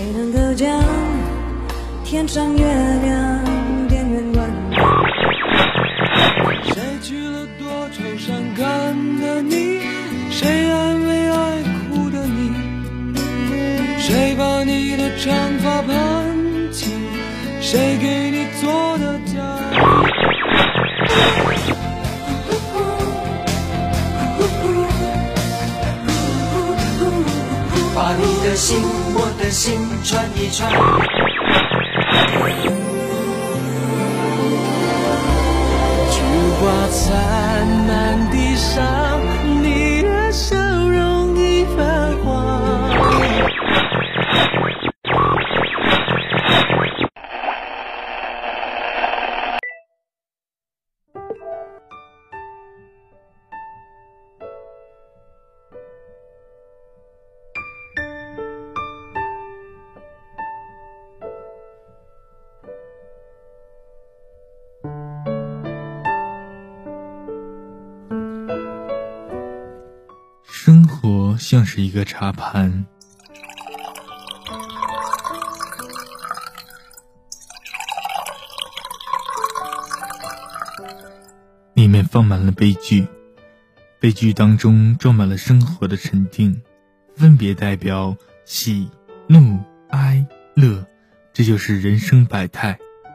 谁能够将天上月亮变圆滚？ 谁去了多愁善感的你？谁安慰爱哭的你？谁把你的长发盘起？谁给你做的嫁衣？ 把你的心，我的心串一串。 菊花残满地伤，你的笑容已泛黄。 生活像是一个茶盘，里面放满了悲剧，悲剧当中装满了生活的沉淀，分别代表喜、怒、哀、乐，这就是人生百态。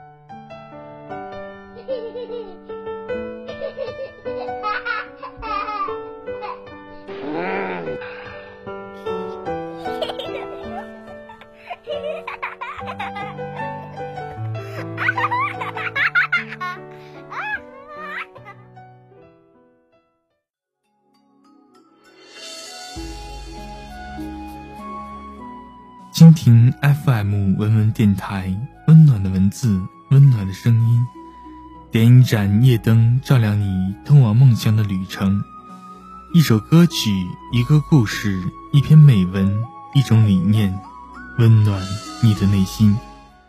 蜻蜓 FM 文文电台，温暖的文字，温暖的声音，点一盏夜灯，照亮你通往梦想的旅程。一首歌曲，一个故事，一篇美文，一种理念，温暖你的内心。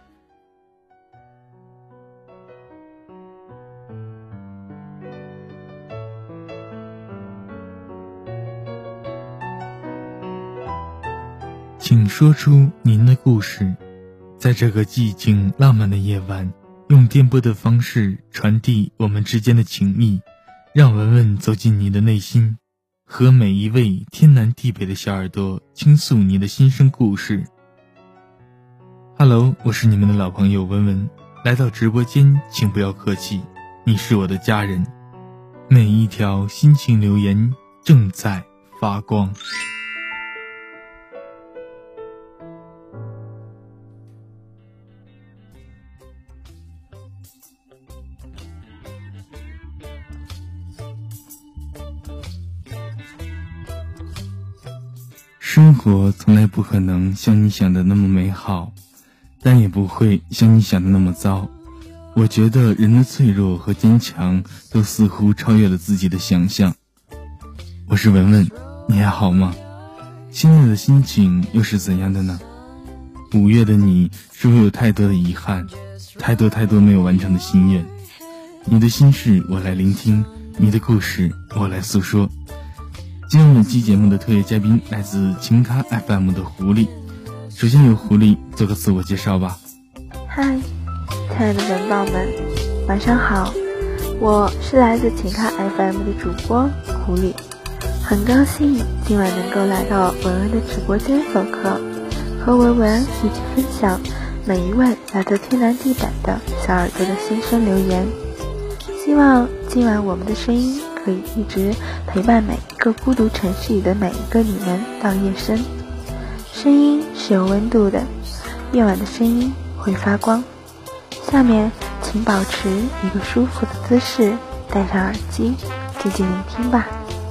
请说出您的故事，在这个寂静浪漫的夜晚，用电波的方式传递我们之间的情谊，让文文走进你的内心，和每一位天南地北的小耳朵倾诉你的心声故事。Hello， 我是你们的老朋友文文，来到直播间请不要客气，你是我的家人。每一条心情留言正在发光。生活从来不可能像你想的那么美好，但也不会像你想的那么糟。我觉得人的脆弱和坚强都似乎超越了自己的想象。我是文文，你还好吗？现在的心情又是怎样的呢？5月的你是否有太多的遗憾，太多没有完成的心愿？你的心事我来聆听，你的故事我来诉说。今天本期节目的特约嘉宾来自情咖 FM 的狐狸。首先由狐狸做个自我介绍吧。 嗨，亲爱的文宝们，晚上好，我是来自情咖 FM 的主播狐狸，很高兴今晚能够来到文文的直播间做客，和文文一起分享每一位来自天南地北的小耳朵的心声留言。希望今晚我们的声音可以一直陪伴每一个孤独城市里的每一个你们到夜深。声音是有温度的，夜晚的声音会发光。下面请保持一个舒服的姿势，戴上耳机，静静聆听吧。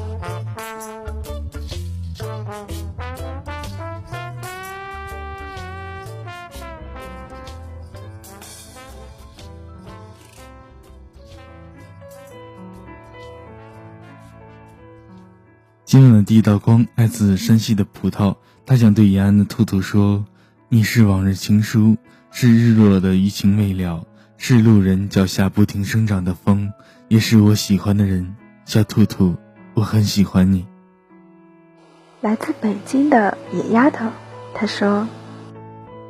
今晚的第一道光来自山西的葡萄，他想对延安的兔兔说，你是往日情书，是日落的余情未了，是路人脚下不停生长的风，也是我喜欢的人。小兔兔，我很喜欢你。 来自北京的野丫头，她说，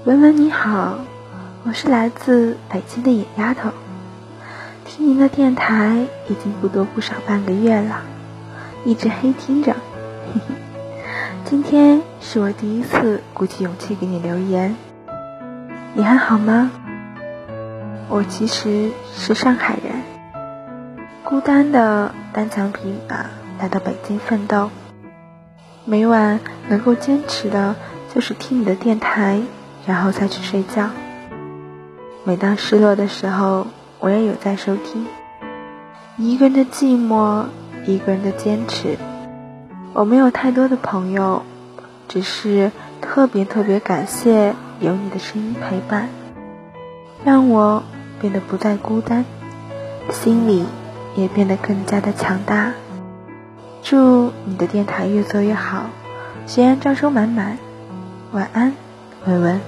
文文你好，我是来自北京的野丫头，听您的电台已经不多不少半个月了，一直黑听着，嘿嘿。今天是我第一次鼓起勇气给你留言，你还好吗？我其实是上海人，孤单的单枪匹马来到北京奋斗，每晚能够坚持的就是听你的电台，然后再去睡觉。每当失落的时候，我也有在收听。一个人的寂寞，一个人的坚持。我没有太多的朋友，只是特别感谢有你的声音陪伴，让我变得不再孤单，心里也变得更加的强大。祝你的电台越做越好，学员招收满满。晚安，文文。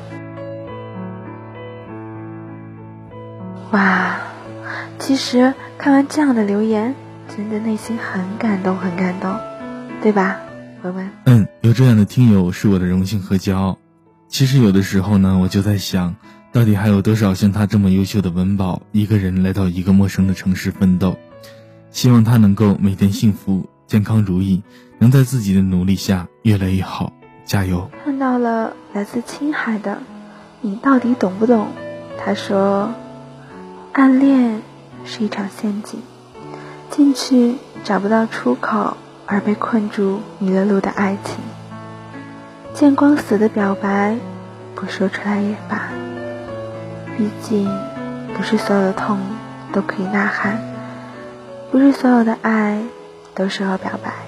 哇，其实看完这样的留言，真的内心很感动，对吧，文文？ 有这样的听友是我的荣幸和骄傲。其实有的时候呢，我就在想，到底还有多少像他这么优秀的文宝，一个人来到一个陌生的城市奋斗。希望他能够每天幸福健康如意，能在自己的努力下越来越好，加油。 看到了来自青海的你到底懂不懂？他说，暗恋是一场陷阱，进去找不到出口，而被困住迷了路的爱情。见光死的表白，不说出来也罢，毕竟不是所有的痛都可以呐喊，不是所有的爱都适合表白。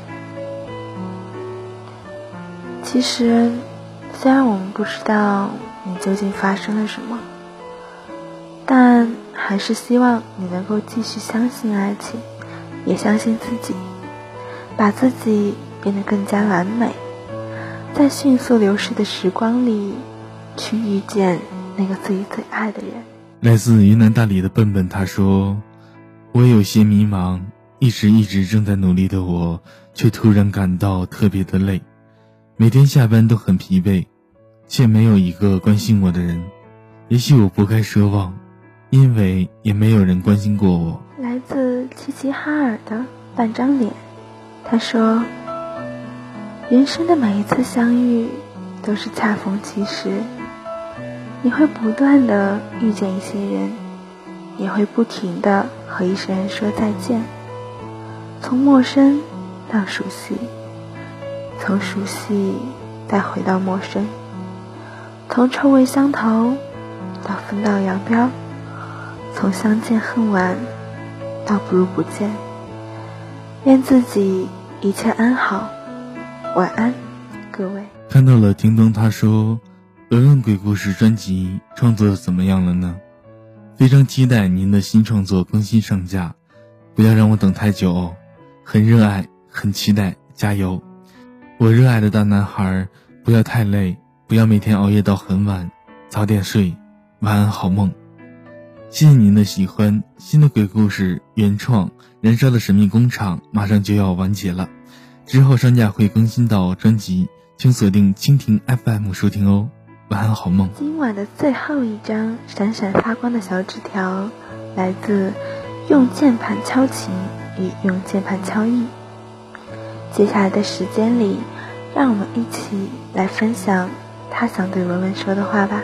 其实虽然我们不知道你究竟发生了什么，但还是希望你能够继续相信爱情，也相信自己，把自己变得更加完美，在迅速流逝的时光里去遇见那个自己最爱的人。 来自云南大理的笨笨他说，我有些迷茫，一直正在努力的我，却突然感到特别的累，每天下班都很疲惫，却没有一个关心我的人。也许我不该奢望，因为也没有人关心过我。 来自齐齐哈尔的半张脸，他说，人生的每一次相遇都是恰逢其时，你会不断的遇见一些人，也会不停的和一些人说再见，从陌生到熟悉，从熟悉再回到陌生，从臭味相投到分道扬镳，从相见恨晚到不如不见。愿自己一切安好，晚安各位。 看到了叮咚他说，文文鬼故事专辑创作怎么样了呢？非常期待您的新创作更新上架，不要让我等太久哦，很热爱很期待，加油。我热爱的大男孩，不要太累，不要每天熬夜到很晚，早点睡，晚安好梦。谢谢您的喜欢，新的鬼故事原创燃烧的神秘工厂马上就要完结了，之后上架会更新到专辑，请锁定蜻蜓 FM 收听哦。晚安好梦。 今晚的最后一张闪闪发光的小纸条，来自用键盘敲琴与用键盘敲译。接下来的时间里，让我们一起来分享他想对文文说的话吧。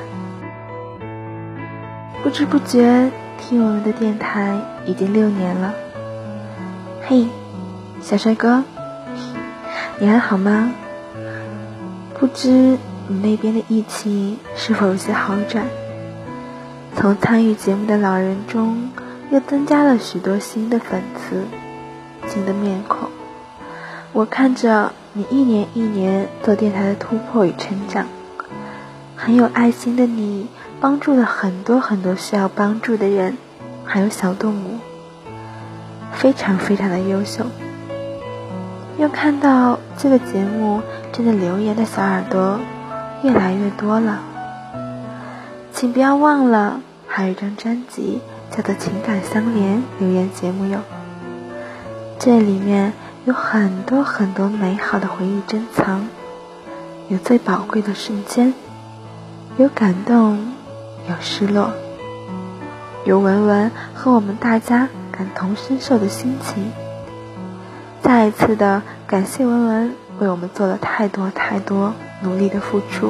不知不觉听我们的电台已经6年了。嘿，小帅哥，你还好吗？不知你那边的疫情是否有些好转？从参与节目的老人中，又增加了许多新的粉丝，新的面孔。我看着你一年一年做电台的突破与成长，很有爱心的你帮助了很多需要帮助的人，还有小动物，非常的优秀。又看到这个节目真的留言的小耳朵越来越多了，请不要忘了还有一张专辑叫做情感相连留言节目哟，这里面有很多美好的回忆珍藏，有最宝贵的瞬间， 有感动，有失落，有文文和我们大家感同身受的心情。再一次的感谢文文为我们做了太多太多努力的付出。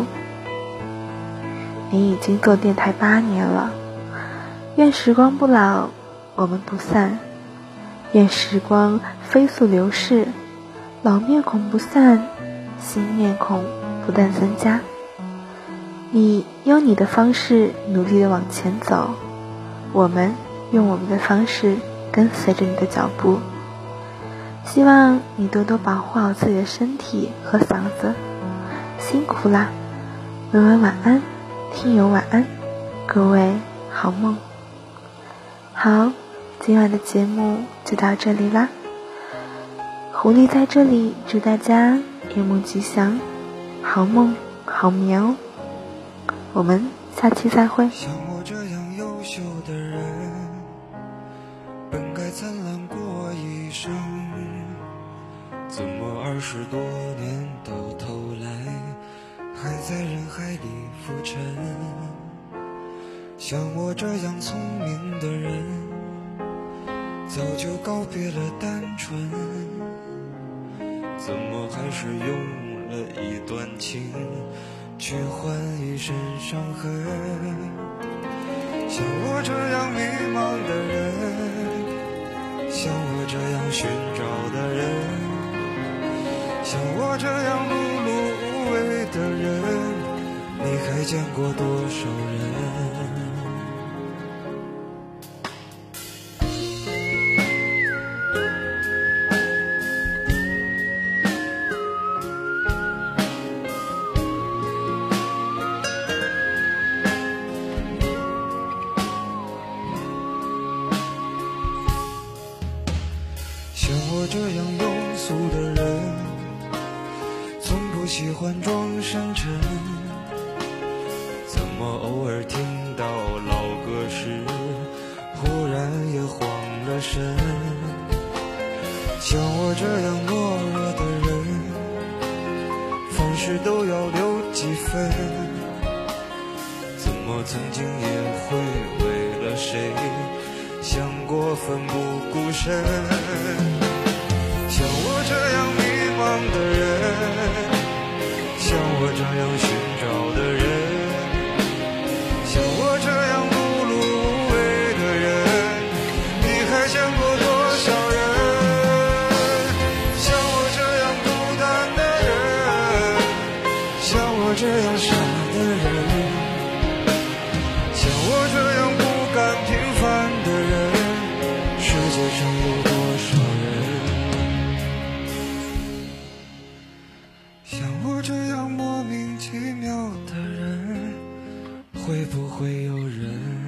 你已经做电台8年了，愿时光不老，我们不散。愿时光飞速流逝，老面孔不散，新面孔不断增加。你用你的方式努力地往前走，我们用我们的方式跟随着你的脚步。希望你多多保护好自己的身体和嗓子，辛苦啦。文文晚安，听友晚安，各位好梦。好，今晚的节目就到这里啦。狐狸在这里祝大家夜梦吉祥，好梦好眠哦。我们下期再会。 像我这样优秀的人，本该灿烂过一生，怎么20多年到头来还在人海里浮沉？像我这样聪明的人，早就告别了单纯，怎么还是用了一段情去换一身伤痕？像我这样迷茫的人，像我这样寻找的人，像我这样碌碌无为的人，你还见过多少人？像我这样庸俗的人，从不喜欢装深沉，怎么偶尔听到老歌时，忽然也慌了神？像我这样懦弱的人，凡事都要留几分，怎么曾经也会为了谁想过奋不顾身？像我这样迷茫的人，像我这样寻找的人，像我这样碌碌无为的人，你还见过多少人？像我这样孤单的人，像我这样傻的人，像我这样不甘平凡的人，世界上有多少人？像我这样莫名其妙的人，会不会有人？